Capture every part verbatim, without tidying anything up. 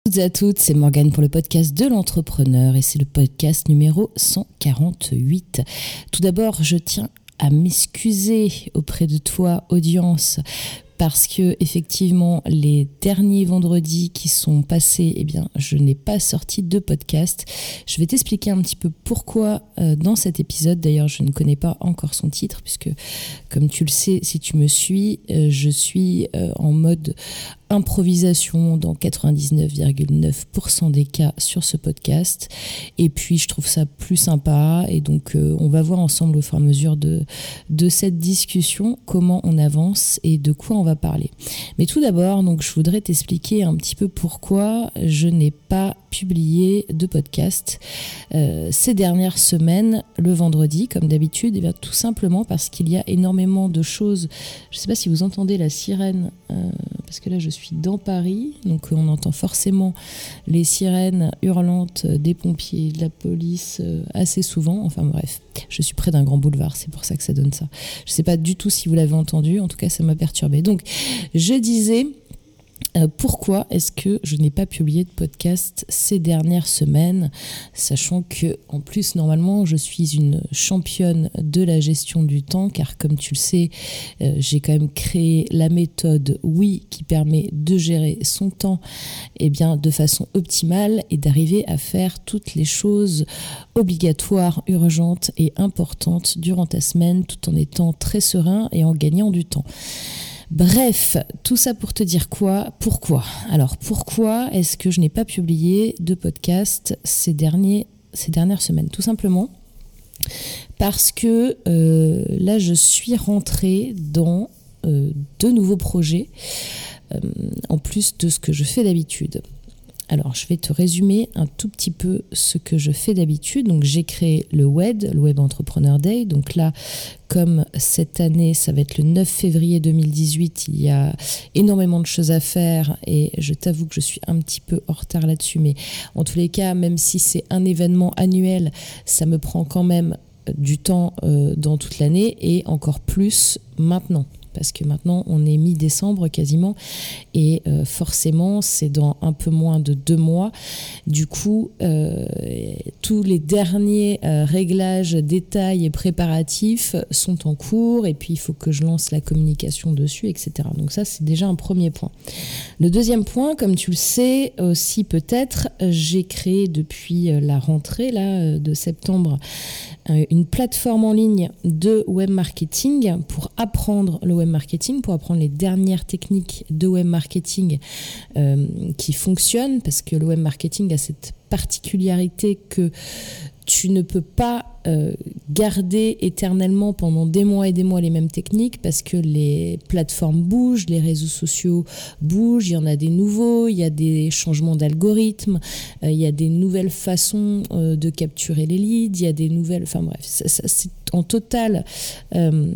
Toutes et à toutes, c'est Morgane pour le podcast de l'entrepreneur et c'est le podcast numéro cent quarante-huit. Tout d'abord, je tiens à m'excuser auprès de toi, audience, parce que effectivement les derniers vendredis qui sont passés, eh bien, je n'ai pas sorti de podcast. Je vais t'expliquer un petit peu pourquoi euh, dans cet épisode. D'ailleurs, je ne connais pas encore son titre puisque, comme tu le sais, si tu me suis, euh, je suis euh, en mode improvisation dans quatre-vingt-dix-neuf virgule neuf pour cent des cas sur ce podcast. Et puis, je trouve ça plus sympa. Et donc, euh, on va voir ensemble au fur et à mesure de, de cette discussion comment on avance et de quoi on va parler. Mais tout d'abord, donc, je voudrais t'expliquer un petit peu pourquoi je n'ai pas publié de podcast euh, ces dernières semaines, le vendredi, comme d'habitude. Et bien, tout simplement parce qu'il y a énormément de choses. Je ne sais pas si vous entendez la sirène, euh, parce que là, je suis dans Paris, donc on entend forcément les sirènes hurlantes des pompiers, de la police euh, assez souvent. Enfin bref, je suis près d'un grand boulevard, c'est pour ça que ça donne ça. Je ne sais pas du tout si vous l'avez entendu, en tout cas ça m'a perturbée. Donc je disais... Euh, pourquoi est-ce que je n'ai pas publié de podcast ces dernières semaines, sachant que en plus normalement je suis une championne de la gestion du temps, car comme tu le sais, euh, j'ai quand même créé la méthode Oui qui permet de gérer son temps eh bien, de façon optimale et d'arriver à faire toutes les choses obligatoires, urgentes et importantes durant ta semaine, tout en étant très serein et en gagnant du temps. Bref, tout ça pour te dire quoi ? Pourquoi ? Alors, pourquoi est-ce que je n'ai pas publié de podcast ces, derniers, ces dernières semaines ? Tout simplement parce que euh, là, je suis rentrée dans euh, de nouveaux projets, euh, en plus de ce que je fais d'habitude. Alors, je vais te résumer un tout petit peu ce que je fais d'habitude. Donc, j'ai créé le W E D, le Web Entrepreneur Day. Donc là, comme cette année, ça va être le neuf février deux mille dix-huit, il y a énormément de choses à faire et je t'avoue que je suis un petit peu en retard là-dessus. Mais en tous les cas, même si c'est un événement annuel, ça me prend quand même du temps euh, dans toute l'année et encore plus maintenant. Parce que maintenant, on est mi-décembre quasiment et euh, forcément, c'est dans un peu moins de deux mois. Du coup, euh, tous les derniers euh, réglages, détails et préparatifs sont en cours et puis il faut que je lance la communication dessus, et cetera. Donc ça, c'est déjà un premier point. Le deuxième point, comme tu le sais aussi peut-être, j'ai créé depuis la rentrée là, de septembre une plateforme en ligne de web marketing pour apprendre le web marketing, pour apprendre les dernières techniques de web marketing euh, qui fonctionnent, parce que le web marketing a cette particularité que tu ne peux pas euh, garder éternellement pendant des mois et des mois les mêmes techniques parce que les plateformes bougent, les réseaux sociaux bougent, il y en a des nouveaux, il y a des changements d'algorithmes, euh, il y a des nouvelles façons euh, de capturer les leads, il y a des nouvelles... Enfin bref, ça, ça, c'est en total, euh,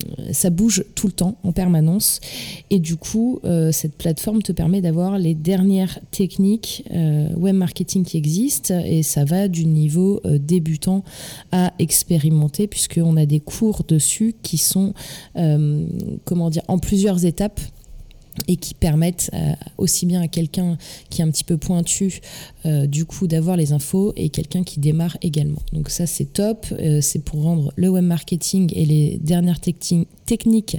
ça bouge tout le temps, en permanence. Et du coup, euh, cette plateforme te permet d'avoir les dernières techniques euh, web marketing qui existent et ça va du niveau euh, débutant à expérimenter puisqu'on a des cours dessus qui sont euh, comment dire, en plusieurs étapes et qui permettent euh, aussi bien à quelqu'un qui est un petit peu pointu euh, du coup d'avoir les infos et quelqu'un qui démarre également. Donc ça c'est top, euh, c'est pour rendre le web marketing et les dernières techni- techniques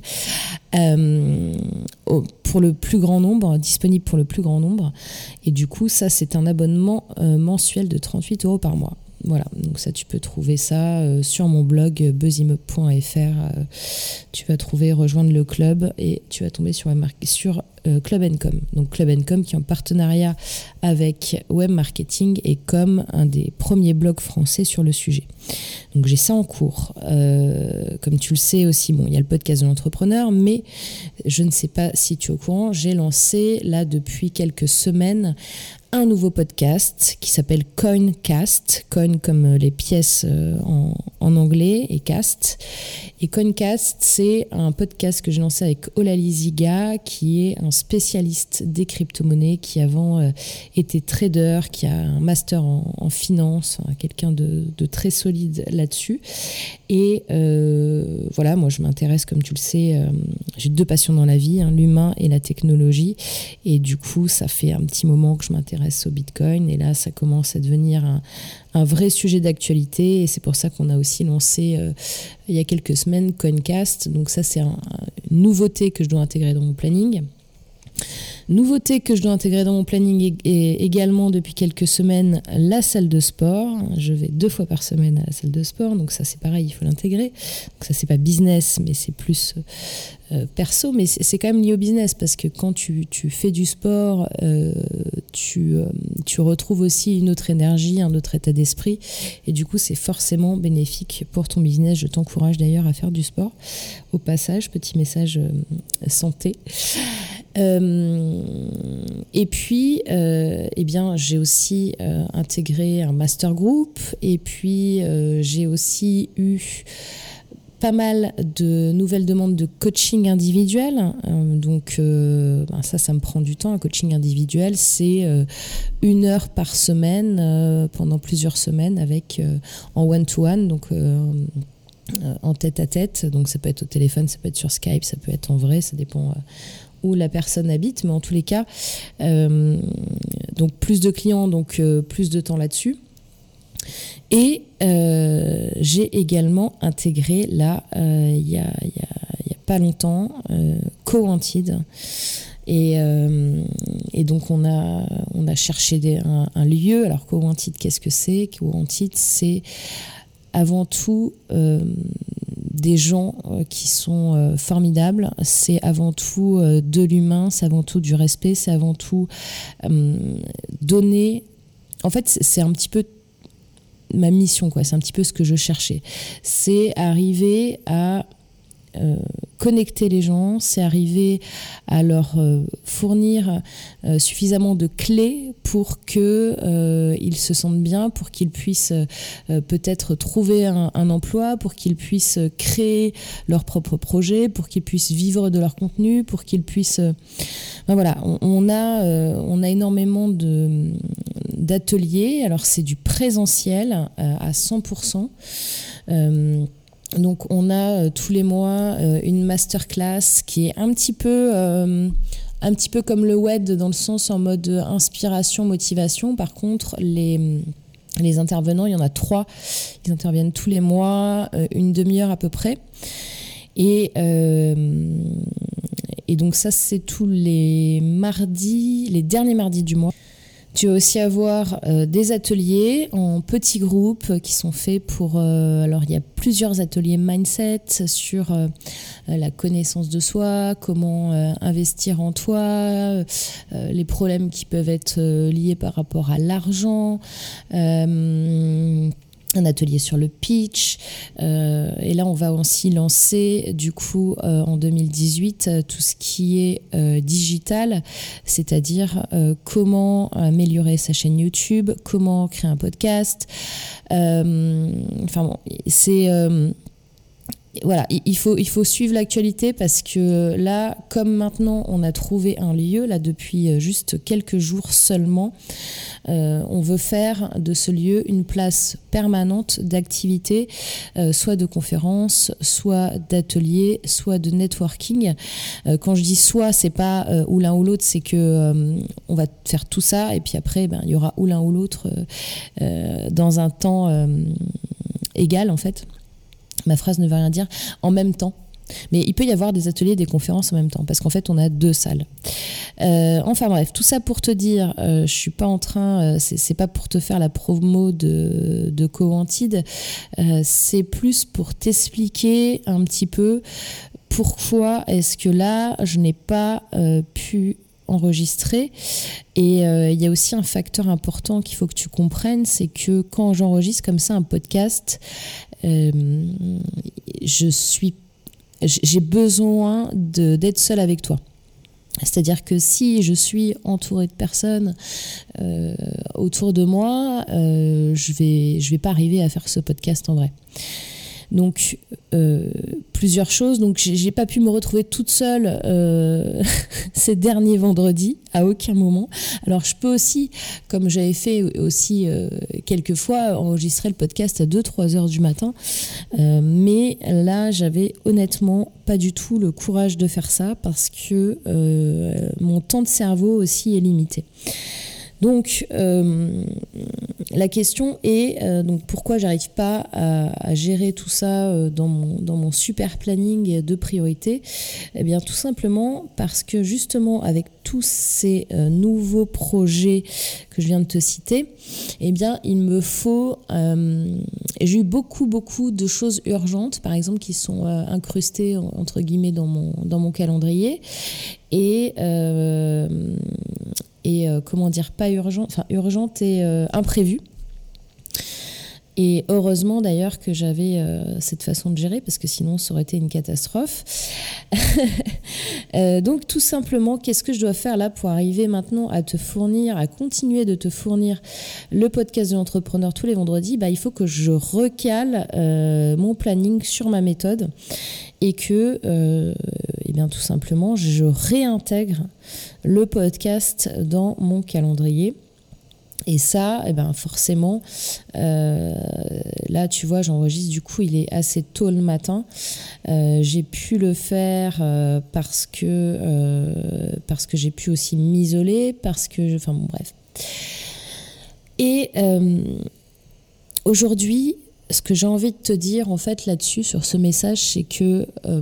euh, au, pour le plus grand nombre, disponibles pour le plus grand nombre et du coup ça c'est un abonnement euh, mensuel de trente-huit euros par mois. Voilà, donc ça tu peux trouver ça euh, sur mon blog buzzimup point f r. Euh, tu vas trouver rejoindre le club et tu vas tomber sur, sur euh, Club and Com. Donc Club and Com qui est en partenariat avec Web Marketing et comme un des premiers blogs français sur le sujet. Donc j'ai ça en cours. Euh, comme tu le sais aussi, bon, il y a le podcast de l'entrepreneur, mais je ne sais pas si tu es au courant, j'ai lancé là depuis quelques semaines un nouveau podcast qui s'appelle Coincast, coin comme les pièces en, en anglais et cast. Et Coincast, c'est un podcast que j'ai lancé avec Olali Ziga, qui est un spécialiste des crypto-monnaies, qui avant euh, était trader, qui a un master en, en finance, hein, quelqu'un de, de très solide là-dessus. Et euh, voilà, moi je m'intéresse, comme tu le sais, euh, j'ai deux passions dans la vie, hein, l'humain et la technologie. Et du coup, ça fait un petit moment que je m'intéresse m'intéresse au Bitcoin. Et là, ça commence à devenir un, un vrai sujet d'actualité. Et c'est pour ça qu'on a aussi lancé, euh, il y a quelques semaines, Coincast. Donc ça, c'est un, une nouveauté que je dois intégrer dans mon planning. Nouveauté que je dois intégrer dans mon planning et également depuis quelques semaines, la salle de sport. Je vais deux fois par semaine à la salle de sport, donc ça c'est pareil, il faut l'intégrer. Donc ça c'est pas business, mais c'est plus euh, perso, mais c'est, c'est quand même lié au business parce que quand tu, tu fais du sport, euh, tu, euh, tu retrouves aussi une autre énergie, un autre état d'esprit et du coup c'est forcément bénéfique pour ton business. Je t'encourage d'ailleurs à faire du sport. Au passage, petit message euh, santé. Euh, et puis, euh, eh bien, j'ai aussi euh, intégré un master group et puis euh, j'ai aussi eu pas mal de nouvelles demandes de coaching individuel. Euh, donc, euh, ben ça, ça me prend du temps. Un coaching individuel, c'est euh, une heure par semaine euh, pendant plusieurs semaines avec euh, en one-to-one, donc euh, en tête-à-tête. Donc, ça peut être au téléphone, ça peut être sur Skype, ça peut être en vrai, ça dépend... Euh, où la personne habite, mais en tous les cas, euh, donc plus de clients, donc euh, plus de temps là-dessus. Et euh, j'ai également intégré là, euh, il y a, il y a, il y a pas longtemps, euh, Cowanted. Et, euh, et donc on a, on a cherché des, un, un lieu. Alors Cowanted, qu'est-ce que c'est ? Cowanted, c'est avant tout euh, des gens euh, qui sont euh, formidables. C'est avant tout euh, de l'humain, c'est avant tout du respect, c'est avant tout euh, donner... En fait, c'est, c'est un petit peu ma mission, quoi. C'est un petit peu ce que je cherchais. C'est arriver à euh, connecter les gens, c'est arriver à leur euh, fournir euh, suffisamment de clés pour qu'ils euh, se sentent bien, pour qu'ils puissent euh, peut-être trouver un, un emploi, pour qu'ils puissent créer leur propre projet, pour qu'ils puissent vivre de leur contenu, pour qu'ils puissent... Euh, ben voilà, on, on, a, euh, on a énormément de, d'ateliers. Alors c'est du présentiel euh, à cent pour cent. Euh, Donc on a euh, tous les mois euh, une masterclass qui est un petit peu euh, un petit peu comme le W E D dans le sens en mode inspiration, motivation. Par contre, les les intervenants, il y en a trois, ils interviennent tous les mois, euh, une demi-heure à peu près. Et euh, et donc ça c'est tous les mardis, les derniers mardis du mois. Tu vas aussi avoir euh, des ateliers en petits groupes qui sont faits pour... Euh, alors, il y a plusieurs ateliers mindset sur euh, la connaissance de soi, comment euh, investir en toi, euh, les problèmes qui peuvent être euh, liés par rapport à l'argent, euh, un atelier sur le pitch, euh, et là on va aussi lancer du coup euh, en deux mille dix-huit euh, tout ce qui est euh, digital, c'est-à-dire euh, comment améliorer sa chaîne YouTube, comment créer un podcast, euh, enfin bon, c'est... Euh, Voilà, il faut, il faut suivre l'actualité parce que là, comme maintenant on a trouvé un lieu, là depuis juste quelques jours seulement, euh, on veut faire de ce lieu une place permanente d'activité, euh, soit de conférences, soit d'ateliers, soit de networking. Euh, quand je dis soit, c'est pas euh, ou l'un ou l'autre, c'est que euh, on va faire tout ça et puis après, ben, il y aura ou l'un ou l'autre euh, dans un temps euh, égal en fait. Ma phrase ne veut rien dire, en même temps. Mais il peut y avoir des ateliers et des conférences en même temps, parce qu'en fait, on a deux salles. Euh, enfin bref, tout ça pour te dire, euh, je suis pas en train, euh, c'est, c'est pas pour te faire la promo de, de Cowanted, euh, c'est plus pour t'expliquer un petit peu pourquoi est-ce que là, je n'ai pas euh, pu enregistrer. Et euh, il y a aussi un facteur important qu'il faut que tu comprennes, c'est que quand j'enregistre comme ça un podcast, euh, je suis, j'ai besoin de, d'être seule avec toi. C'est-à-dire que si je suis entourée de personnes euh, autour de moi, euh, je vais, je vais pas arriver à faire ce podcast en vrai. Donc, euh, plusieurs choses. Donc, j'ai, j'ai pas pu me retrouver toute seule euh, ces derniers vendredis, à aucun moment. Alors, je peux aussi, comme j'avais fait aussi euh, quelques fois, enregistrer le podcast à deux trois heures du matin. Euh, mais là, j'avais honnêtement pas du tout le courage de faire ça parce que euh, mon temps de cerveau aussi est limité. Donc, euh, la question est euh, donc pourquoi j'arrive pas à, à gérer tout ça euh, dans mon, dans mon super planning de priorité ? Eh bien, tout simplement parce que justement, avec tous ces euh, nouveaux projets que je viens de te citer, eh bien, il me faut... Euh, j'ai eu beaucoup, beaucoup de choses urgentes, par exemple, qui sont euh, incrustées, entre guillemets, dans mon, dans mon calendrier. Et... Euh, et euh, comment dire, pas urgente, enfin urgente et euh, imprévue. Et heureusement d'ailleurs que j'avais euh, cette façon de gérer, parce que sinon ça aurait été une catastrophe. euh, donc tout simplement, qu'est-ce que je dois faire là pour arriver maintenant à te fournir, à continuer de te fournir le podcast de l'entrepreneur tous les vendredis ? Bah, il faut que je recale euh, mon planning sur ma méthode et que, euh, eh bien, tout simplement, je réintègre le podcast dans mon calendrier. Et ça, eh ben forcément, euh, là, tu vois, j'enregistre, du coup, il est assez tôt le matin. Euh, j'ai pu le faire euh, parce que, euh, parce que j'ai pu aussi m'isoler, parce que... Enfin, bon, bref. Et euh, aujourd'hui, ce que j'ai envie de te dire, en fait, là-dessus, sur ce message, c'est que euh,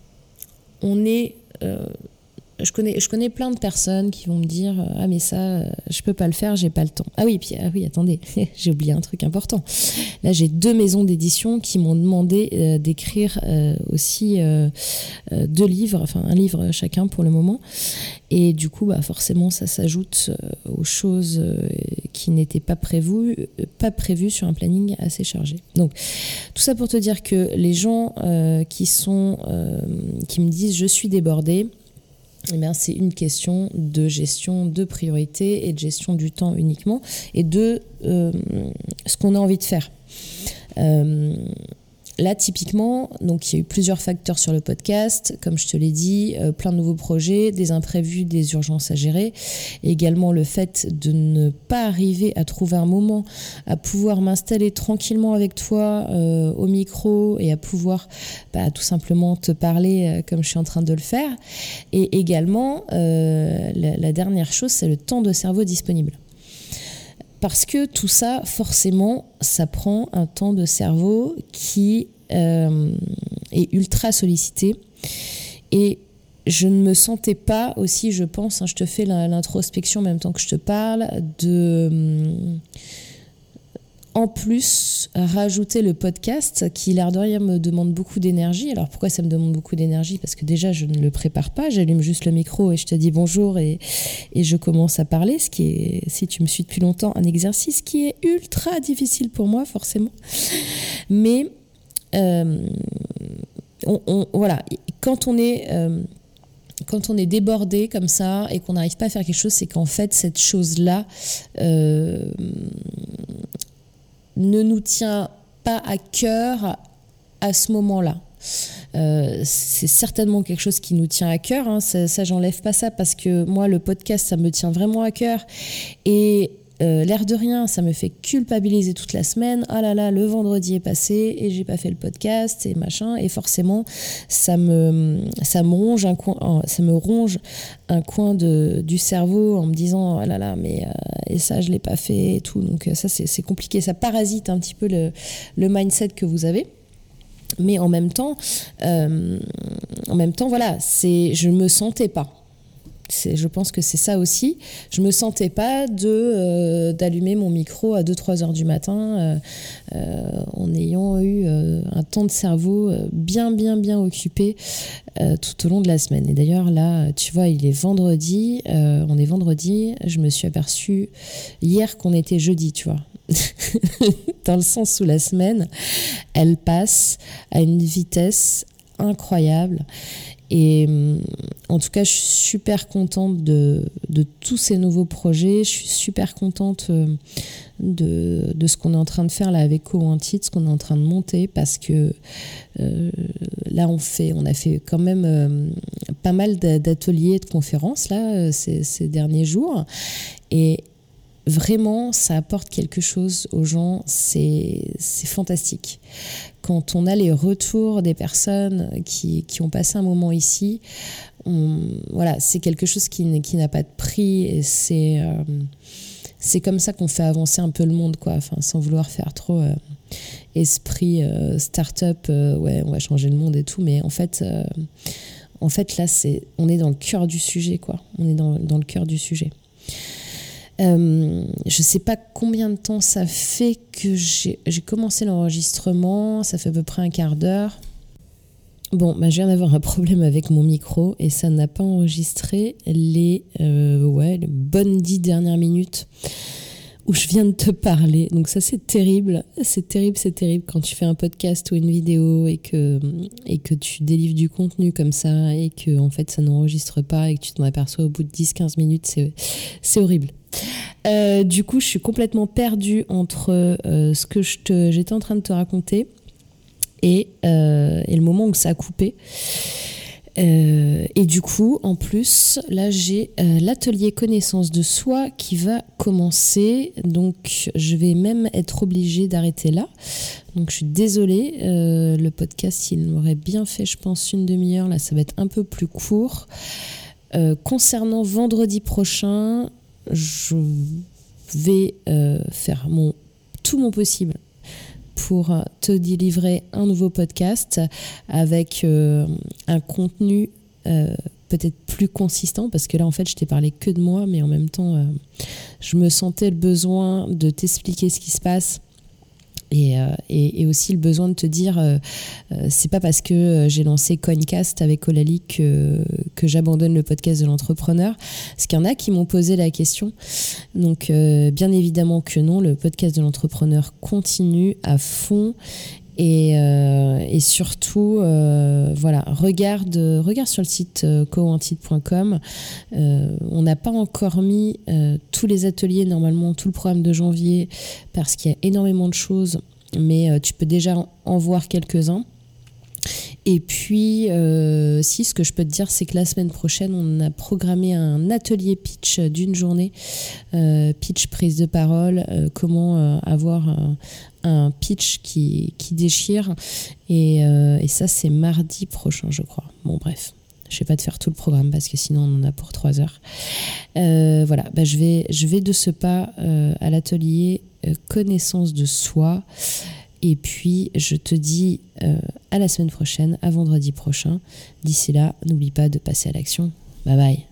on est... Euh, Je connais, je connais plein de personnes qui vont me dire « Ah mais ça, je peux pas le faire, j'ai pas le temps. » Ah oui, puis ah oui, attendez, j'ai oublié un truc important. Là, j'ai deux maisons d'édition qui m'ont demandé euh, d'écrire euh, aussi euh, euh, deux livres, enfin un livre chacun pour le moment. Et du coup, bah, forcément, ça s'ajoute euh, aux choses euh, qui n'étaient pas prévues, euh, pas prévues sur un planning assez chargé. Donc, tout ça pour te dire que les gens euh, qui sont, euh, qui me disent « Je suis débordée », eh bien, c'est une question de gestion de priorité et de gestion du temps uniquement et de euh, ce qu'on a envie de faire. Euh, Là, typiquement, donc, il y a eu plusieurs facteurs sur le podcast, comme je te l'ai dit, euh, plein de nouveaux projets, des imprévus, des urgences à gérer, et également le fait de ne pas arriver à trouver un moment à pouvoir m'installer tranquillement avec toi euh, au micro et à pouvoir bah, tout simplement te parler euh, comme je suis en train de le faire. Et également, euh, la, la dernière chose, c'est le temps de cerveau disponible. Parce que tout ça, forcément, ça prend un temps de cerveau qui euh, est ultra sollicité. Et je ne me sentais pas aussi, je pense, hein, je te fais l'introspection en même temps que je te parle, de... En plus, rajouter le podcast qui, l'air de rien, me demande beaucoup d'énergie. Alors, pourquoi ça me demande beaucoup d'énergie ? Parce que déjà, je ne le prépare pas. J'allume juste le micro et je te dis bonjour et, et je commence à parler, ce qui est, si tu me suis depuis longtemps, un exercice qui est ultra difficile pour moi, forcément. Mais, euh, on, on, voilà, quand on est... Euh, Quand on est débordé comme ça et qu'on n'arrive pas à faire quelque chose, c'est qu'en fait, cette chose-là euh, ne nous tient pas à cœur à ce moment-là. Euh, c'est certainement quelque chose qui nous tient à cœur, hein. ça, ça j'enlève pas ça parce que moi le podcast ça me tient vraiment à cœur et euh, l'air de rien ça me fait culpabiliser toute la semaine. Ah là là, le vendredi est passé et j'ai pas fait le podcast et machin, et forcément ça me ça me ronge un coin ça me ronge un coin de du cerveau en me disant ah là là mais euh, et ça je l'ai pas fait et tout, donc ça c'est c'est compliqué, ça parasite un petit peu le le mindset que vous avez. Mais en même temps, euh, en même temps, voilà, c'est, je me sentais pas. C'est, je pense que c'est ça aussi. Je me sentais pas de euh, d'allumer mon micro à deux trois heures du matin euh, euh, en ayant eu euh, un temps de cerveau bien bien bien occupé euh, tout au long de la semaine. Et d'ailleurs là, tu vois, il est vendredi. Euh, on est vendredi. Je me suis aperçue hier qu'on était jeudi, tu vois. Dans le sens où la semaine, elle passe à une vitesse incroyable. Et en tout cas, je suis super contente de, de tous ces nouveaux projets. Je suis super contente de, de ce qu'on est en train de faire là avec Co-Wanted, ce qu'on est en train de monter, parce que euh, là, on, fait, on a fait quand même euh, pas mal d'ateliers et de conférences là, ces, ces derniers jours. Et vraiment, ça apporte quelque chose aux gens, c'est, c'est fantastique. Quand on a les retours des personnes qui, qui ont passé un moment ici, on, voilà, c'est quelque chose qui, qui n'a pas de prix et c'est, euh, c'est comme ça qu'on fait avancer un peu le monde, quoi. Enfin, sans vouloir faire trop euh, esprit euh, start-up, euh, ouais, on va changer le monde et tout, mais en fait, euh, en fait là, c'est, on est dans le cœur du sujet, quoi. On est dans, dans le cœur du sujet. Euh, je sais pas combien de temps ça fait que j'ai, j'ai commencé l'enregistrement, ça fait à peu près un quart d'heure. Bon, bah, je viens d'avoir un problème avec mon micro et ça n'a pas enregistré les, euh, ouais, les bonnes dix dernières minutes où je viens de te parler. Donc ça, c'est terrible, c'est terrible, c'est terrible quand tu fais un podcast ou une vidéo et que, et que tu délivres du contenu comme ça et que en fait ça n'enregistre pas et que tu t'en aperçois au bout de dix quinze minutes, c'est, c'est horrible. Euh, du coup, je suis complètement perdue entre euh, ce que je te, j'étais en train de te raconter et, euh, et le moment où ça a coupé. Euh, et du coup, en plus, là, j'ai euh, l'atelier connaissance de soi qui va commencer. Donc, je vais même être obligée d'arrêter là. Donc, je suis désolée. Euh, le podcast, il m'aurait bien fait, je pense, une demi-heure. Là, ça va être un peu plus court. Euh, concernant vendredi prochain, je vais euh, faire mon, tout mon possible pour te délivrer un nouveau podcast avec euh, un contenu euh, peut-être plus consistant, parce que là en fait je t'ai parlé que de moi, mais en même temps euh, je me sentais le besoin de t'expliquer ce qui se passe. Et, euh, et, et aussi le besoin de te dire euh, euh, c'est pas parce que euh, j'ai lancé Coincast avec Olali que, que j'abandonne le podcast de l'entrepreneur, parce qu'il y en a qui m'ont posé la question. Donc euh, bien évidemment que non, le podcast de l'entrepreneur continue à fond. Et, euh, et surtout, euh, voilà, regarde, regarde sur le site euh, cowanted point com. Euh, on n'a pas encore mis euh, tous les ateliers, normalement tout le programme de janvier, parce qu'il y a énormément de choses, mais euh, tu peux déjà en, en voir quelques-uns. Et puis, euh, si, ce que je peux te dire, c'est que la semaine prochaine, on a programmé un atelier pitch d'une journée, euh, pitch prise de parole, euh, comment euh, avoir un, un pitch qui, qui déchire. Et, euh, et ça, c'est mardi prochain, je crois. Bon, bref. Je ne vais pas te faire tout le programme parce que sinon on en a pour trois heures. Euh, voilà, bah, je, vais, je vais de ce pas euh, à l'atelier euh, connaissance de soi. Et puis, je te dis euh, à la semaine prochaine, à vendredi prochain. D'ici là, n'oublie pas de passer à l'action. Bye bye.